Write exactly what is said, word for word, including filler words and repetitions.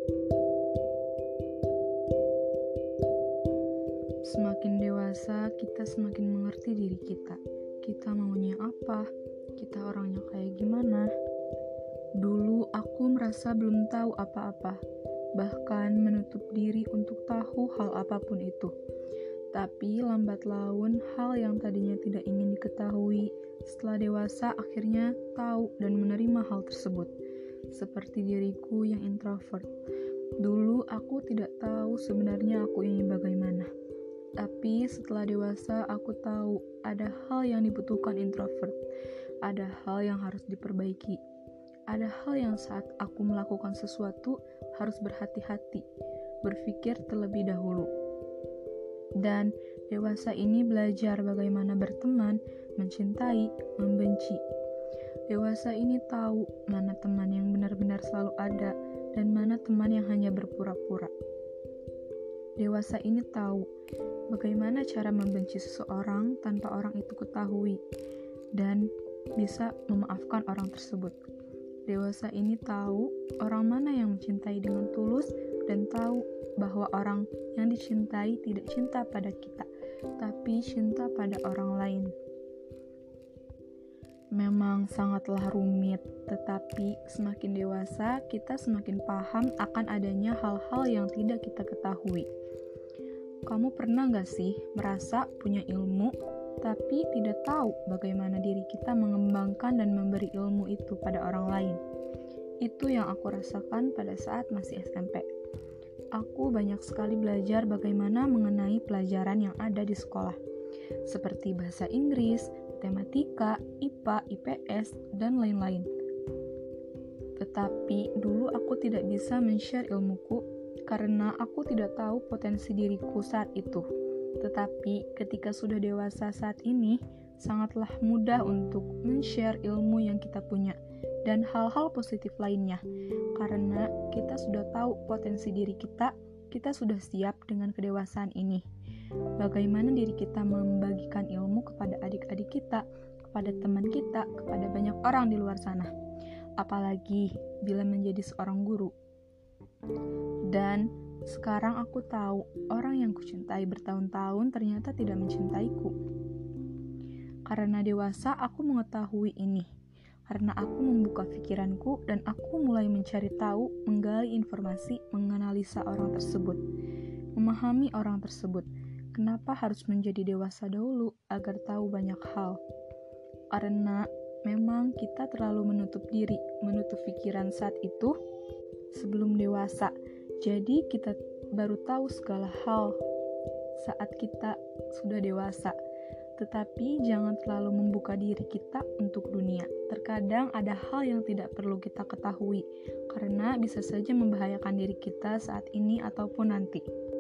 Semakin dewasa, kita semakin mengerti diri kita. Kita maunya apa? Kita orangnya kayak gimana? Dulu aku merasa belum tahu apa-apa, bahkan menutup diri untuk tahu hal apapun itu. Tapi lambat laun, hal yang tadinya tidak ingin diketahui, setelah dewasa akhirnya tahu dan menerima hal tersebut. Seperti diriku yang introvert. Dulu aku tidak tahu sebenarnya aku ingin bagaimana. Tapi setelah dewasa aku tahu ada hal yang dibutuhkan introvert. Ada hal yang harus diperbaiki. Ada hal yang saat aku melakukan sesuatu harus berhati-hati, berpikir terlebih dahulu. Dan dewasa ini belajar bagaimana berteman, mencintai, membenci. Dewasa ini tahu mana teman yang benar-benar selalu ada dan mana teman yang hanya berpura-pura. Dewasa ini tahu bagaimana cara membenci seseorang tanpa orang itu ketahui dan bisa memaafkan orang tersebut. Dewasa ini tahu orang mana yang mencintai dengan tulus dan tahu bahwa orang yang dicintai tidak cinta pada kita, tapi cinta pada orang lain. Memang sangatlah rumit, tetapi semakin dewasa kita semakin paham akan adanya hal-hal yang tidak kita ketahui. Kamu pernah gak sih merasa punya ilmu, tapi tidak tahu bagaimana diri kita mengembangkan dan memberi ilmu itu pada orang lain? Itu yang aku rasakan pada saat masih S M P. Aku banyak sekali belajar bagaimana mengenai pelajaran yang ada di sekolah, seperti bahasa Inggris, matematika, I P A, I P S, dan lain-lain. Tetapi dulu aku tidak bisa men-share ilmuku karena aku tidak tahu potensi diriku saat itu. Tetapi ketika sudah dewasa saat ini, sangatlah mudah untuk men-share ilmu yang kita punya dan hal-hal positif lainnya. Karena kita sudah tahu potensi diri kita, kita sudah siap dengan kedewasaan ini. Bagaimana diri kita membagikan ilmu kepada adik-adik kita, kepada teman kita, kepada banyak orang di luar sana. Apalagi bila menjadi seorang guru. Dan sekarang aku tahu orang yang kucintai bertahun-tahun ternyata tidak mencintaiku. Karena dewasa aku mengetahui ini. Karena aku membuka pikiranku dan aku mulai mencari tahu, menggali informasi, menganalisa orang tersebut, memahami orang tersebut. Kenapa harus menjadi dewasa dahulu agar tahu banyak hal? Karena memang kita terlalu menutup diri, menutup pikiran saat itu sebelum dewasa. Jadi kita baru tahu segala hal saat kita sudah dewasa. Tetapi jangan terlalu membuka diri kita untuk dunia. Terkadang ada hal yang tidak perlu kita ketahui, karena bisa saja membahayakan diri kita saat ini ataupun nanti.